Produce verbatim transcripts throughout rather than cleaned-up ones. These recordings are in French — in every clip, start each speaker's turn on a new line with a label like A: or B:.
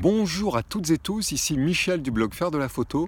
A: Bonjour à toutes et tous, ici Michel du blog Faire de la photo.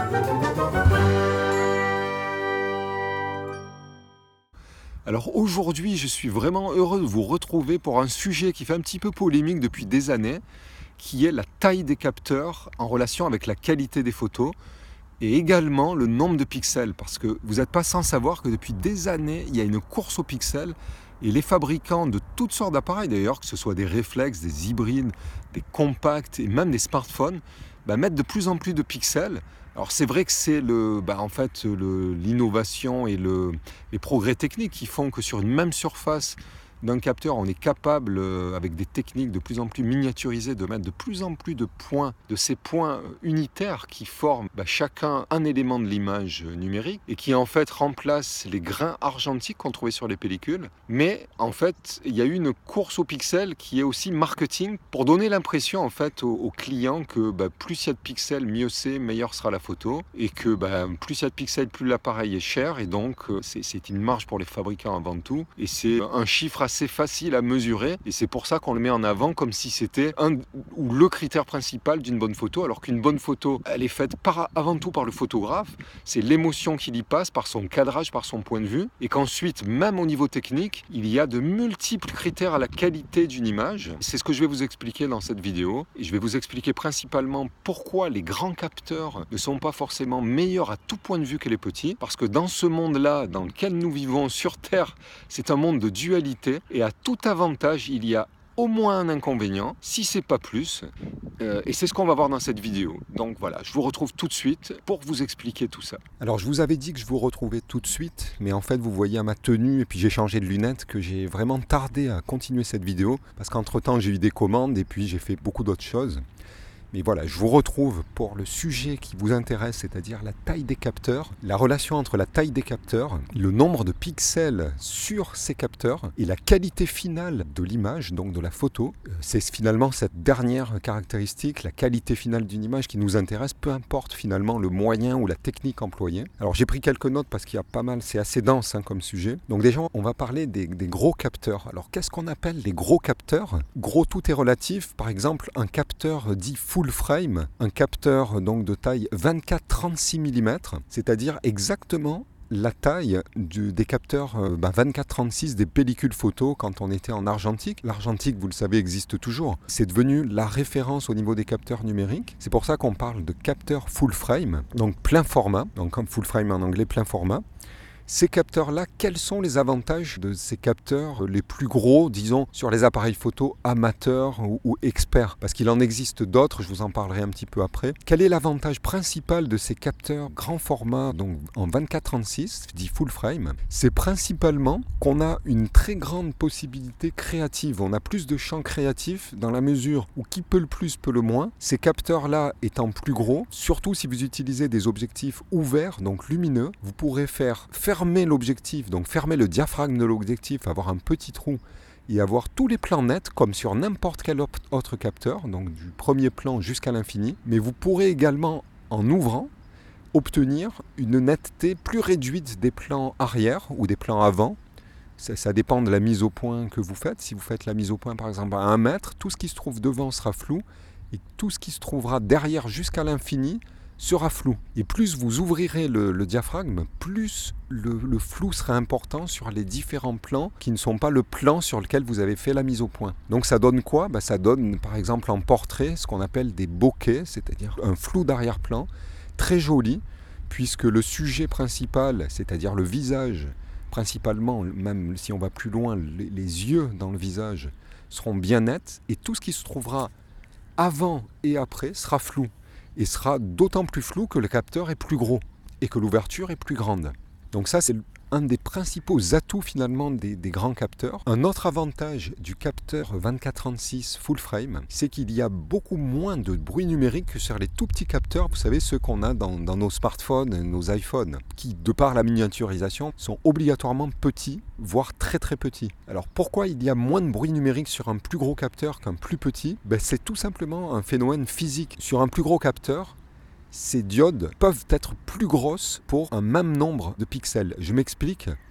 A: Alors aujourd'hui, je suis vraiment heureux de vous retrouver pour un sujet qui fait un petit peu polémique depuis des années, qui est la taille des capteurs en relation avec la qualité des photos et également le nombre de pixels, parce que vous n'êtes pas sans savoir que depuis des années, il y a une course aux pixels et les fabricants de toutes sortes d'appareils d'ailleurs, que ce soit des réflexes, des hybrides, des compacts et même des smartphones, bah, mettent de plus en plus de pixels. Alors c'est vrai que c'est le, bah, en fait, le, l'innovation et le, les progrès techniques qui font que sur une même surface d'un capteur, on est capable, euh, avec des techniques de plus en plus miniaturisées, de mettre de plus en plus de points, de ces points unitaires qui forment bah, chacun un élément de l'image numérique et qui en fait remplacent les grains argentiques qu'on trouvait sur les pellicules. Mais en fait, il y a eu une course aux pixels qui est aussi marketing pour donner l'impression en fait aux, aux clients que bah, plus il y a de pixels, mieux c'est, meilleure sera la photo et que bah, plus il y a de pixels, plus l'appareil est cher et donc euh, c'est, c'est une marge pour les fabricants avant tout et c'est un chiffre assez facile à mesurer et c'est pour ça qu'on le met en avant comme si c'était un ou le critère principal d'une bonne photo, alors qu'une bonne photo, elle est faite par, avant tout par le photographe, c'est l'émotion qu'il y passe, par son cadrage, par son point de vue, et qu'ensuite, même au niveau technique, il y a de multiples critères à la qualité d'une image. C'est ce que je vais vous expliquer dans cette vidéo, et je vais vous expliquer principalement pourquoi les grands capteurs ne sont pas forcément meilleurs à tout point de vue que les petits, parce que dans ce monde-là, dans lequel nous vivons sur Terre, c'est un monde de dualité, et à tout avantage, il y a au moins un inconvénient, si c'est pas plus, euh, et c'est ce qu'on va voir dans cette vidéo. Donc voilà, je vous retrouve tout de suite pour vous expliquer tout ça.
B: Alors je vous avais dit que je vous retrouvais tout de suite, mais en fait vous voyez à ma tenue, et puis j'ai changé de lunettes, que j'ai vraiment tardé à continuer cette vidéo, parce qu'entre temps j'ai eu des commandes, et puis j'ai fait beaucoup d'autres choses. Mais voilà, je vous retrouve pour le sujet qui vous intéresse, c'est-à-dire la taille des capteurs, la relation entre la taille des capteurs, le nombre de pixels sur ces capteurs et la qualité finale de l'image, donc de la photo. C'est finalement cette dernière caractéristique, la qualité finale d'une image qui nous intéresse, peu importe finalement le moyen ou la technique employée. Alors j'ai pris quelques notes parce qu'il y a pas mal, c'est assez dense hein, comme sujet. Donc déjà, on va parler des, des gros capteurs. Alors qu'est-ce qu'on appelle les gros capteurs ? Gros, tout est relatif. Par exemple, un capteur dit full frame, un capteur donc de taille vingt-quatre trente-six millimètres, c'est-à-dire exactement la taille du, des capteurs euh, ben vingt-quatre trente-six des pellicules photo quand on était en argentique. L'argentique, vous le savez, existe toujours. C'est devenu la référence au niveau des capteurs numériques. C'est pour ça qu'on parle de capteur full frame, donc plein format, donc comme full frame en anglais, plein format. Ces capteurs-là, quels sont les avantages de ces capteurs les plus gros, disons, sur les appareils photo amateurs ou, ou experts ? Parce qu'il en existe d'autres, je vous en parlerai un petit peu après. Quel est l'avantage principal de ces capteurs grand format, donc en vingt-quatre trente-six, dit full frame ? C'est principalement qu'on a une très grande possibilité créative. On a plus de champs créatifs dans la mesure où qui peut le plus peut le moins. Ces capteurs-là étant plus gros, surtout si vous utilisez des objectifs ouverts, donc lumineux, vous pourrez faire faire fermer l'objectif, donc fermer le diaphragme de l'objectif, avoir un petit trou et avoir tous les plans nets comme sur n'importe quel autre capteur, donc du premier plan jusqu'à l'infini. Mais vous pourrez également, en ouvrant, obtenir une netteté plus réduite des plans arrière ou des plans avant. Ça, ça dépend de la mise au point que vous faites. Si vous faites la mise au point par exemple à un mètre, tout ce qui se trouve devant sera flou et tout ce qui se trouvera derrière jusqu'à l'infini sera flou. Et plus vous ouvrirez le, le diaphragme, plus le, le flou sera important sur les différents plans qui ne sont pas le plan sur lequel vous avez fait la mise au point. Donc ça donne quoi ? Ben, ça donne par exemple en portrait ce qu'on appelle des bokeh, c'est-à-dire un flou d'arrière-plan très joli, puisque le sujet principal, c'est-à-dire le visage, principalement, même si on va plus loin, les, les yeux dans le visage seront bien nets, et tout ce qui se trouvera avant et après sera flou. Et sera d'autant plus flou que le capteur est plus gros et que l'ouverture est plus grande. Donc ça, c'est un des principaux atouts finalement des, des grands capteurs. Un autre avantage du capteur vingt-quatre trente-six full frame, c'est qu'il y a beaucoup moins de bruit numérique que sur les tout petits capteurs, vous savez, ceux qu'on a dans, dans nos smartphones, nos iPhones, qui, de par la miniaturisation, sont obligatoirement petits, voire très très petits. Alors pourquoi il y a moins de bruit numérique sur un plus gros capteur qu'un plus petit ? Ben, c'est tout simplement un phénomène physique. Sur un plus gros capteur, ces diodes peuvent être plus grosses pour un même nombre de pixels. Je m'explique.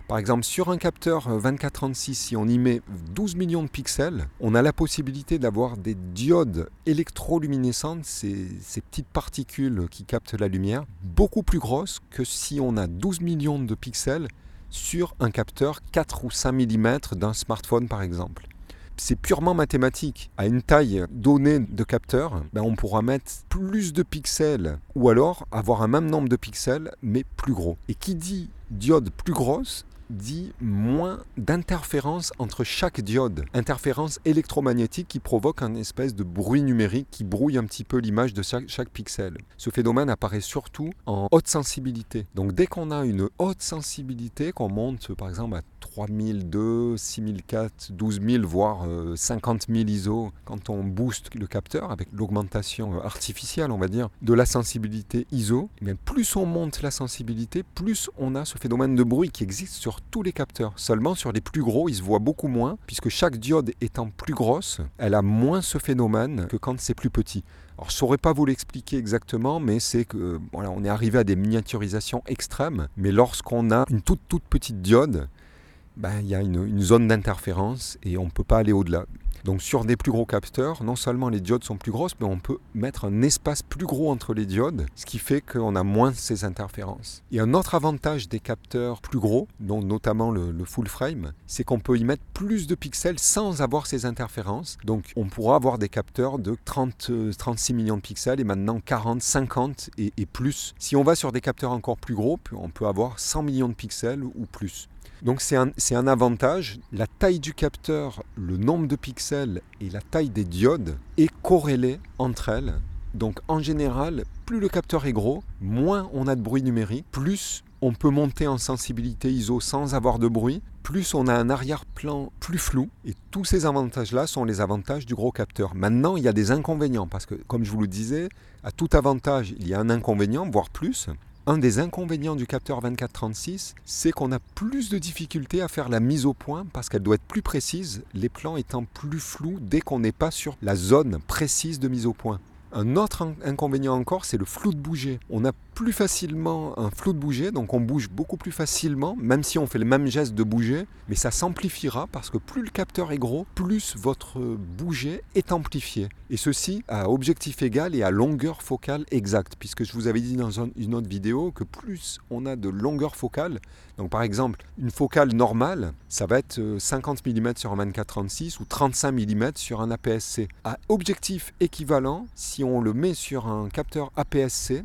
B: Par exemple, sur un capteur vingt-quatre trente-six, si on y met douze millions de pixels, on a la possibilité d'avoir des diodes électroluminescentes, ces, ces petites particules qui captent la lumière, beaucoup plus grosses que si on a douze millions de pixels sur un capteur quatre ou cinq millimètres d'un smartphone par exemple. C'est purement mathématique. À une taille donnée de capteur, ben on pourra mettre plus de pixels ou alors avoir un même nombre de pixels mais plus gros. Et qui dit diode plus grosse dit moins d'interférences entre chaque diode. Interférences électromagnétiques qui provoquent un espèce de bruit numérique qui brouille un petit peu l'image de chaque, chaque pixel. Ce phénomène apparaît surtout en haute sensibilité. Donc dès qu'on a une haute sensibilité, qu'on monte par exemple à trois mille deux, six mille quatre, douze mille, voire cinquante mille I S O, quand on booste le capteur avec l'augmentation artificielle, on va dire, de la sensibilité I S O, eh bien, plus on monte la sensibilité, plus on a ce phénomène de bruit qui existe sur tous les capteurs. Seulement sur les plus gros, il se voit beaucoup moins, puisque chaque diode étant plus grosse, elle a moins ce phénomène que quand c'est plus petit. Alors, je ne saurais pas vous l'expliquer exactement, mais c'est que voilà, on est arrivé à des miniaturisations extrêmes. Mais lorsqu'on a une toute toute petite diode, ben, il y a une, une zone d'interférence et on ne peut pas aller au-delà. Donc sur des plus gros capteurs, non seulement les diodes sont plus grosses, mais on peut mettre un espace plus gros entre les diodes, ce qui fait qu'on a moins ces interférences. Et un autre avantage des capteurs plus gros, dont notamment le, le full frame, c'est qu'on peut y mettre plus de pixels sans avoir ces interférences. Donc on pourra avoir des capteurs de trente à trente-six millions de pixels et maintenant quarante, cinquante et, et plus. Si on va sur des capteurs encore plus gros, on peut avoir cent millions de pixels ou plus. Donc c'est un, c'est un avantage. La taille du capteur, le nombre de pixels et la taille des diodes est corrélée entre elles. Donc en général, plus le capteur est gros, moins on a de bruit numérique, plus on peut monter en sensibilité I S O sans avoir de bruit, plus on a un arrière-plan plus flou. Et tous ces avantages-là sont les avantages du gros capteur. Maintenant, il y a des inconvénients parce que, comme je vous le disais, à tout avantage, il y a un inconvénient, voire plus. Un des inconvénients du capteur vingt-quatre trente-six, c'est qu'on a plus de difficultés à faire la mise au point parce qu'elle doit être plus précise, les plans étant plus flous dès qu'on n'est pas sur la zone précise de mise au point. Un autre inconvénient encore, c'est le flou de bouger. On a plus facilement un flou de bouger, donc on bouge beaucoup plus facilement, même si on fait le même geste de bouger, mais ça s'amplifiera parce que plus le capteur est gros, plus votre bouger est amplifié. Et ceci à objectif égal et à longueur focale exacte, puisque je vous avais dit dans une autre vidéo que plus on a de longueur focale, donc par exemple une focale normale, ça va être cinquante millimètres sur un vingt-quatre trente-six ou trente-cinq millimètres sur un A P S C. À objectif équivalent, si on le met sur un capteur A P S C,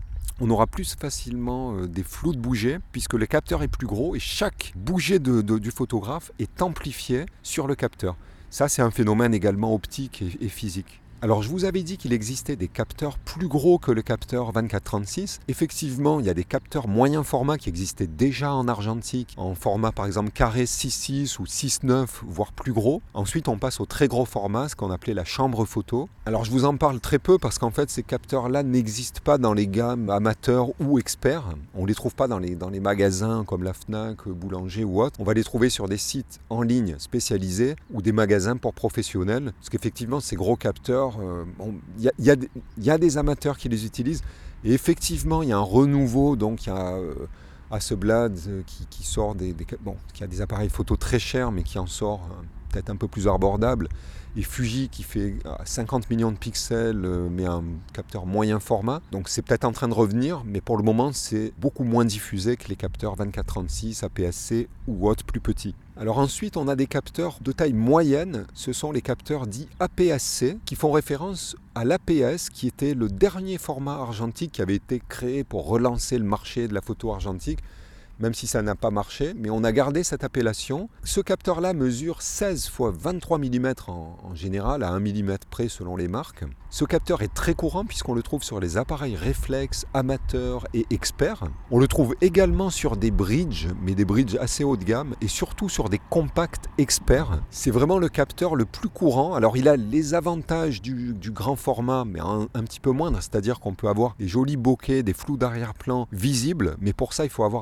B: on aura plus facilement euh, des flous de bouger puisque le capteur est plus gros et chaque bouger de, de, du photographe est amplifié sur le capteur. Ça, c'est un phénomène également optique et, et physique. Alors, je vous avais dit qu'il existait des capteurs plus gros que le capteur vingt-quatre trente-six. Effectivement, il y a des capteurs moyen format qui existaient déjà en argentique, en format par exemple carré six six ou six neuf, voire plus gros. Ensuite, on passe au très gros format, ce qu'on appelait la chambre photo. Alors, je vous en parle très peu parce qu'en fait, ces capteurs-là n'existent pas dans les gammes amateurs ou experts. On ne les trouve pas dans les, dans les magasins comme la Fnac, Boulanger ou autres. On va les trouver sur des sites en ligne spécialisés ou des magasins pour professionnels. Parce qu'effectivement, ces gros capteurs, il euh, bon, y, y, y a des amateurs qui les utilisent et effectivement il y a un renouveau. Donc il y a euh, Hasselblad euh, qui, qui sort des, des bon, qui a des appareils photo très chers mais qui en sort euh, peut-être un peu plus abordable, et Fuji qui fait cinquante millions de pixels euh, mais un capteur moyen format. Donc c'est peut-être en train de revenir, mais pour le moment c'est beaucoup moins diffusé que les capteurs vingt-quatre trente-six, A P S C ou autres plus petits. Alors ensuite, on a des capteurs de taille moyenne, ce sont les capteurs dits A P S C, qui font référence à l'A P S, qui était le dernier format argentique qui avait été créé pour relancer le marché de la photo argentique, même si ça n'a pas marché, mais on a gardé cette appellation. Ce capteur-là mesure seize fois vingt-trois millimètres en, en général, à un millimètre près selon les marques. Ce capteur est très courant puisqu'on le trouve sur les appareils réflexes, amateurs et experts. On le trouve également sur des bridges, mais des bridges assez haut de gamme, et surtout sur des compacts experts. C'est vraiment le capteur le plus courant. Alors il a les avantages du, du grand format, mais un, un petit peu moindre, c'est-à-dire qu'on peut avoir des jolis bokeh, des flous d'arrière-plan visibles, mais pour ça il faut avoir des optiques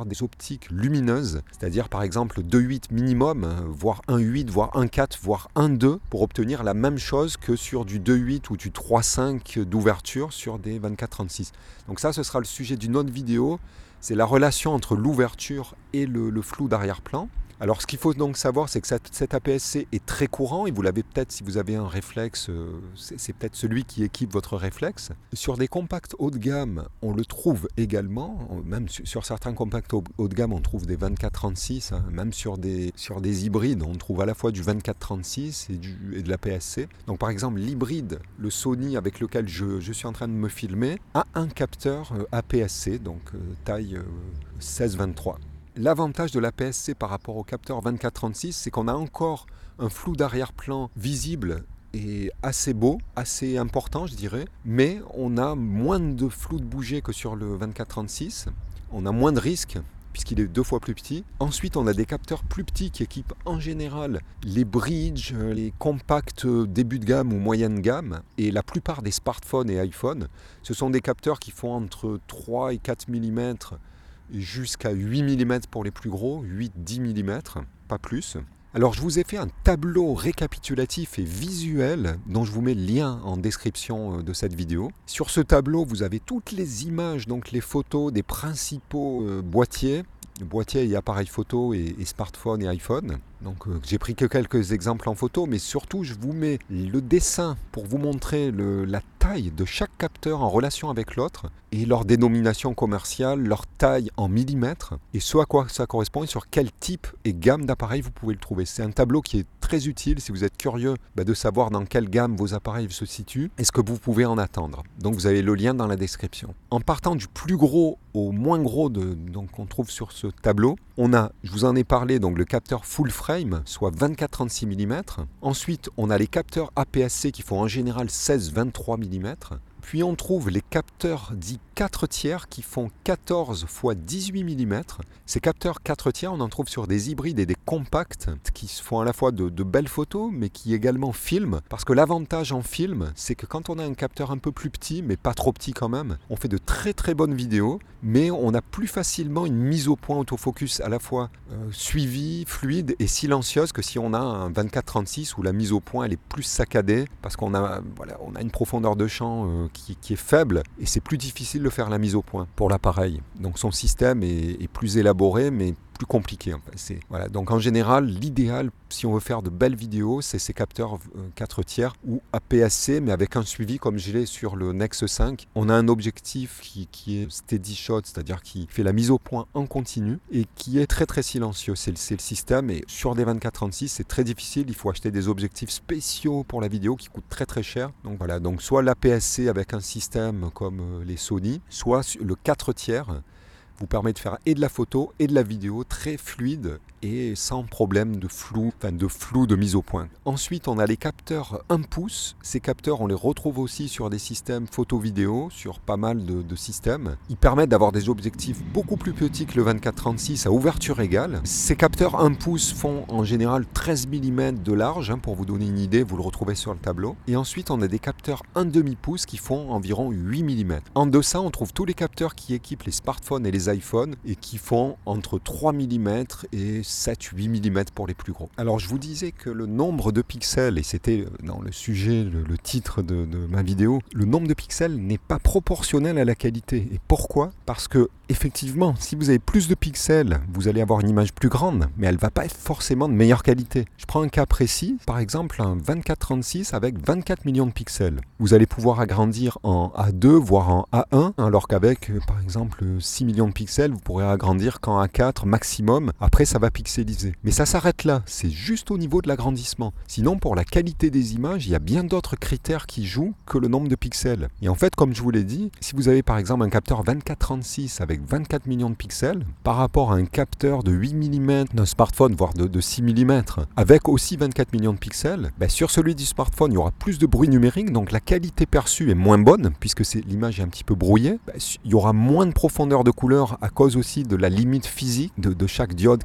B: optique lumineuse, c'est-à-dire par exemple deux virgule huit minimum, voire un virgule huit, voire un virgule quatre, voire un virgule deux, pour obtenir la même chose que sur du deux virgule huit ou du trois virgule cinq d'ouverture sur des vingt-quatre trente-six. Donc ça, ce sera le sujet d'une autre vidéo, c'est la relation entre l'ouverture et le, le flou d'arrière-plan. Alors ce qu'il faut donc savoir, c'est que cet, cet A P S C est très courant, et vous l'avez peut-être si vous avez un réflexe, euh, c'est, c'est peut-être celui qui équipe votre réflexe. Sur des compacts haut de gamme, on le trouve également, même sur, sur certains compacts haut, haut de gamme, on trouve des vingt-quatre trente-six, hein, même sur des, sur des hybrides, on trouve à la fois du vingt-quatre trente-six et, du, et de l'A P S C. Donc par exemple, l'hybride, le Sony avec lequel je, je suis en train de me filmer, a un capteur euh, A P S C, donc euh, taille euh, seize vingt-trois. L'avantage de l'A P S C par rapport au capteur vingt-quatre trente-six, c'est qu'on a encore un flou d'arrière-plan visible et assez beau, assez important je dirais, mais on a moins de flou de bouger que sur le vingt-quatre trente-six, on a moins de risques puisqu'il est deux fois plus petit. Ensuite, on a des capteurs plus petits qui équipent en général les bridges, les compacts début de gamme ou moyenne gamme, et la plupart des smartphones et iPhones, ce sont des capteurs qui font entre trois et quatre millimètres jusqu'à huit millimètres pour les plus gros, huit à dix millimètres, pas plus. Alors je vous ai fait un tableau récapitulatif et visuel dont je vous mets le lien en description de cette vidéo. Sur ce tableau, vous avez toutes les images, donc les photos des principaux euh, boîtiers, boîtiers et appareils photo et, et smartphones et iPhone. Donc euh, j'ai pris que quelques exemples en photo, mais surtout je vous mets le dessin pour vous montrer le, la taille de chaque capteur en relation avec l'autre et leur dénomination commerciale, leur taille en millimètres et ce à quoi ça correspond et sur quel type et gamme d'appareils vous pouvez le trouver. C'est un tableau qui est très utile si vous êtes curieux bah, de savoir dans quelle gamme vos appareils se situent et ce que vous pouvez en attendre. Donc vous avez le lien dans la description. En partant du plus gros au moins gros de, donc, qu'on trouve sur ce tableau, on a, je vous en ai parlé, donc le capteur full frame, soit vingt-quatre trente-six millimètres. Ensuite, on a les capteurs A P S C qui font en général seize vingt-trois millimètres. Puis on trouve les capteurs dits quatre tiers qui font quatorze fois dix-huit millimètres. Ces capteurs quatre tiers, on en trouve sur des hybrides et des compacts qui font à la fois de, de belles photos, mais qui également filment. Parce que l'avantage en film, c'est que quand on a un capteur un peu plus petit, mais pas trop petit quand même, on fait de très très bonnes vidéos, mais on a plus facilement une mise au point autofocus à la fois euh, suivie, fluide et silencieuse que si on a un vingt-quatre trente-six où la mise au point elle est plus saccadée, parce qu'on a, voilà, on a une profondeur de champ euh, qui, qui est faible et c'est plus difficile de faire la mise au point pour l'appareil. Donc son système est, est plus élaboré mais plus compliqué. En fait. C'est, voilà. Donc en général, l'idéal si on veut faire de belles vidéos, c'est ces capteurs euh, quatre tiers ou A P S C mais avec un suivi comme je l'ai sur le Nexus cinq. On a un objectif qui, qui est steady shot, c'est-à-dire qui fait la mise au point en continu et qui est très très silencieux. C'est le, c'est le système et sur des vingt-quatre trente-six, c'est très difficile. Il faut acheter des objectifs spéciaux pour la vidéo qui coûtent très très cher. Donc voilà, donc soit l'A P S C avec un système comme euh, les Sony, soit le quatre tiers vous permet de faire et de la photo et de la vidéo très fluide et sans problème de flou, enfin de flou de mise au point. Ensuite, on a les capteurs un pouce. Ces capteurs, on les retrouve aussi sur des systèmes photo-vidéo, sur pas mal de, de systèmes. Ils permettent d'avoir des objectifs beaucoup plus petits que le vingt-quatre trente-six à ouverture égale. Ces capteurs un pouce font en général treize millimètres de large, hein, pour vous donner une idée, vous le retrouvez sur le tableau. Et ensuite, on a des capteurs un demi-pouce qui font environ huit millimètres. En deçà, on trouve tous les capteurs qui équipent les smartphones et les iPhones et qui font entre trois millimètres et sept à huit millimètres pour les plus gros. Alors je vous disais que le nombre de pixels, et c'était dans le sujet, le, le titre de, de ma vidéo, le nombre de pixels n'est pas proportionnel à la qualité. Et pourquoi ? Parce que effectivement, si vous avez plus de pixels, vous allez avoir une image plus grande, mais elle ne va pas être forcément de meilleure qualité. Je prends un cas précis, par exemple un vingt-quatre trente-six avec vingt-quatre millions de pixels. Vous allez pouvoir agrandir en A deux, voire en A un, alors qu'avec par exemple six millions de pixels, vous pourrez agrandir qu'en A quatre maximum. Après, ça va pixeliser. Mais ça s'arrête là, c'est juste au niveau de l'agrandissement. Sinon, pour la qualité des images, il y a bien d'autres critères qui jouent que le nombre de pixels. Et en fait, comme je vous l'ai dit, si vous avez par exemple un capteur vingt-quatre trente-six avec vingt-quatre millions de pixels, par rapport à un capteur de huit millimètres d'un smartphone, voire de, de six millimètres, avec aussi vingt-quatre millions de pixels, ben sur celui du smartphone, il y aura plus de bruit numérique, donc la qualité perçue est moins bonne, puisque c'est, l'image est un petit peu brouillée. Ben, il y aura moins de profondeur de couleur à cause aussi de la limite physique de, de chaque diode qui peut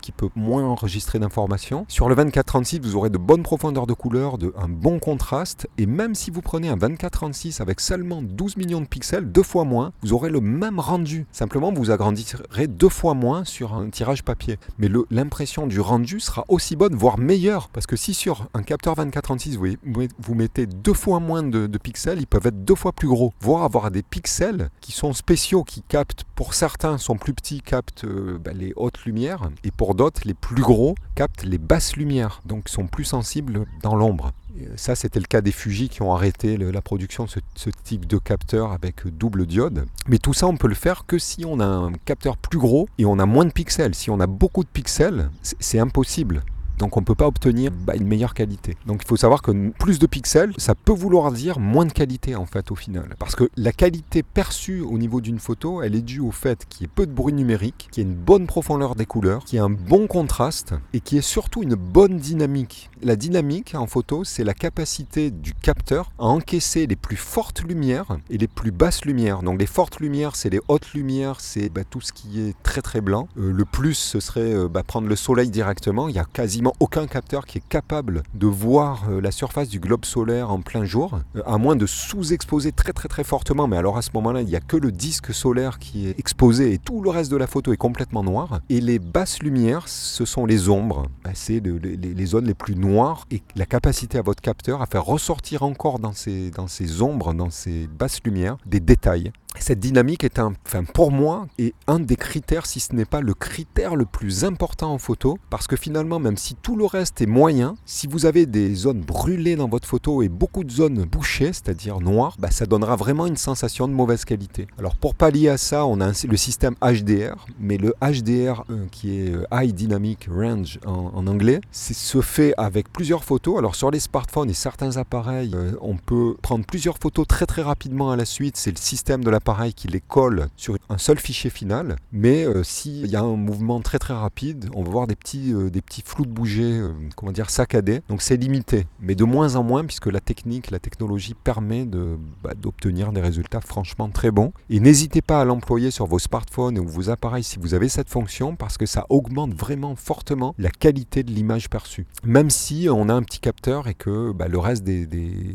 B: moins enregistré d'informations. Sur le vingt-quatre trente-six, vous aurez de bonnes profondeurs de couleur, de, un bon contraste, et même si vous prenez un vingt-quatre trente-six avec seulement douze millions de pixels, deux fois moins, vous aurez le même rendu. Simplement, vous agrandirez deux fois moins sur un tirage papier. Mais le, l'impression du rendu sera aussi bonne, voire meilleure, parce que si sur un capteur vingt-quatre trente-six, vous, vous mettez deux fois moins de, de pixels, ils peuvent être deux fois plus gros, voire avoir des pixels qui sont spéciaux, qui captent, pour certains sont plus petits, captent euh, bah, les hautes lumières, et pour d'autres, les plus gros captent les basses lumières, donc sont plus sensibles dans l'ombre. Ça, c'était le cas des Fuji qui ont arrêté le, la production de ce, ce type de capteur avec double diode. Mais tout ça, on peut le faire que si on a un capteur plus gros et on a moins de pixels. Si on a beaucoup de pixels, c'est, c'est impossible. Donc on ne peut pas obtenir bah, une meilleure qualité. Donc il faut savoir que plus de pixels, ça peut vouloir dire moins de qualité en fait au final. Parce que la qualité perçue au niveau d'une photo, elle est due au fait qu'il y ait peu de bruit numérique, qu'il y ait une bonne profondeur des couleurs, qu'il y ait un bon contraste et qu'il y ait surtout une bonne dynamique. La dynamique en photo, c'est la capacité du capteur à encaisser les plus fortes lumières et les plus basses lumières. Donc les fortes lumières, c'est les hautes lumières, c'est bah, tout ce qui est très très blanc. Euh, le plus, ce serait euh, bah, prendre le soleil directement. Il y a quasiment aucun capteur qui est capable de voir euh, la surface du globe solaire en plein jour, euh, à moins de sous-exposer très très très fortement. Mais alors à ce moment-là, il n'y a que le disque solaire qui est exposé et tout le reste de la photo est complètement noir. Et les basses lumières, ce sont les ombres. Bah, c'est le, les, les zones les plus noires et la capacité à votre capteur à faire ressortir encore dans ces, dans ces ombres, dans ces basses lumières, des détails. Cette dynamique est un, enfin pour moi, est un des critères, si ce n'est pas le critère le plus important en photo, parce que finalement, même si tout le reste est moyen, si vous avez des zones brûlées dans votre photo et beaucoup de zones bouchées, c'est-à-dire noires, bah ça donnera vraiment une sensation de mauvaise qualité. Alors pour pallier à ça, on a un, le système H D R, mais le H D R euh, qui est High Dynamic Range en, en anglais, c'est se fait avec plusieurs photos. Alors sur les smartphones et certains appareils, euh, on peut prendre plusieurs photos très très rapidement à la suite. C'est le système de la appareil qui les colle sur un seul fichier final, mais euh, s'il y a un mouvement très très rapide, on va voir des petits, euh, des petits flous de bouger, euh, comment dire, saccadés. Donc c'est limité, mais de moins en moins puisque la technique, la technologie permet de, bah, d'obtenir des résultats franchement très bons. Et n'hésitez pas à l'employer sur vos smartphones ou vos appareils si vous avez cette fonction parce que ça augmente vraiment fortement la qualité de l'image perçue. Même si on a un petit capteur et que bah, le reste des, des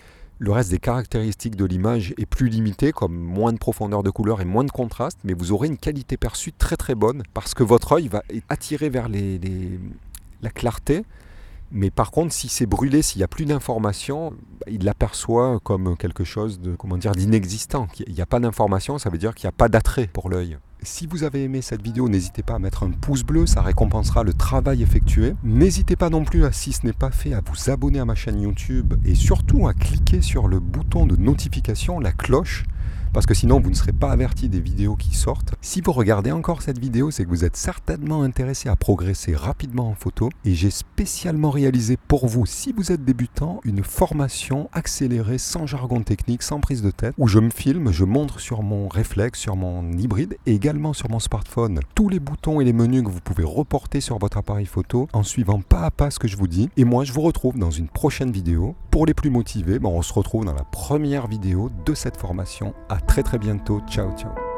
B: Le reste des caractéristiques de l'image est plus limité, comme moins de profondeur de couleur et moins de contraste, mais vous aurez une qualité perçue très très bonne, parce que votre œil va être attiré vers les, les, la clarté, mais par contre, si c'est brûlé, s'il n'y a plus d'information, il l'aperçoit comme quelque chose de, comment dire, d'inexistant. Il n'y a pas d'information, ça veut dire qu'il n'y a pas d'attrait pour l'œil. Si vous avez aimé cette vidéo, n'hésitez pas à mettre un pouce bleu, ça récompensera le travail effectué. N'hésitez pas non plus, à, si ce n'est pas fait, à vous abonner à ma chaîne YouTube et surtout à cliquer sur le bouton de notification, la cloche, parce que sinon vous ne serez pas averti des vidéos qui sortent. Si vous regardez encore cette vidéo, c'est que vous êtes certainement intéressé à progresser rapidement en photo et j'ai spécialement réalisé pour vous, si vous êtes débutant, une formation accélérée sans jargon technique, sans prise de tête, où je me filme, je montre sur mon réflexe, sur mon hybride et également sur mon smartphone tous les boutons et les menus que vous pouvez reporter sur votre appareil photo en suivant pas à pas ce que je vous dis. Et moi je vous retrouve dans une prochaine vidéo. Pour les plus motivés, ben on se retrouve dans la première vidéo de cette formation. À très très bientôt. Ciao ciao.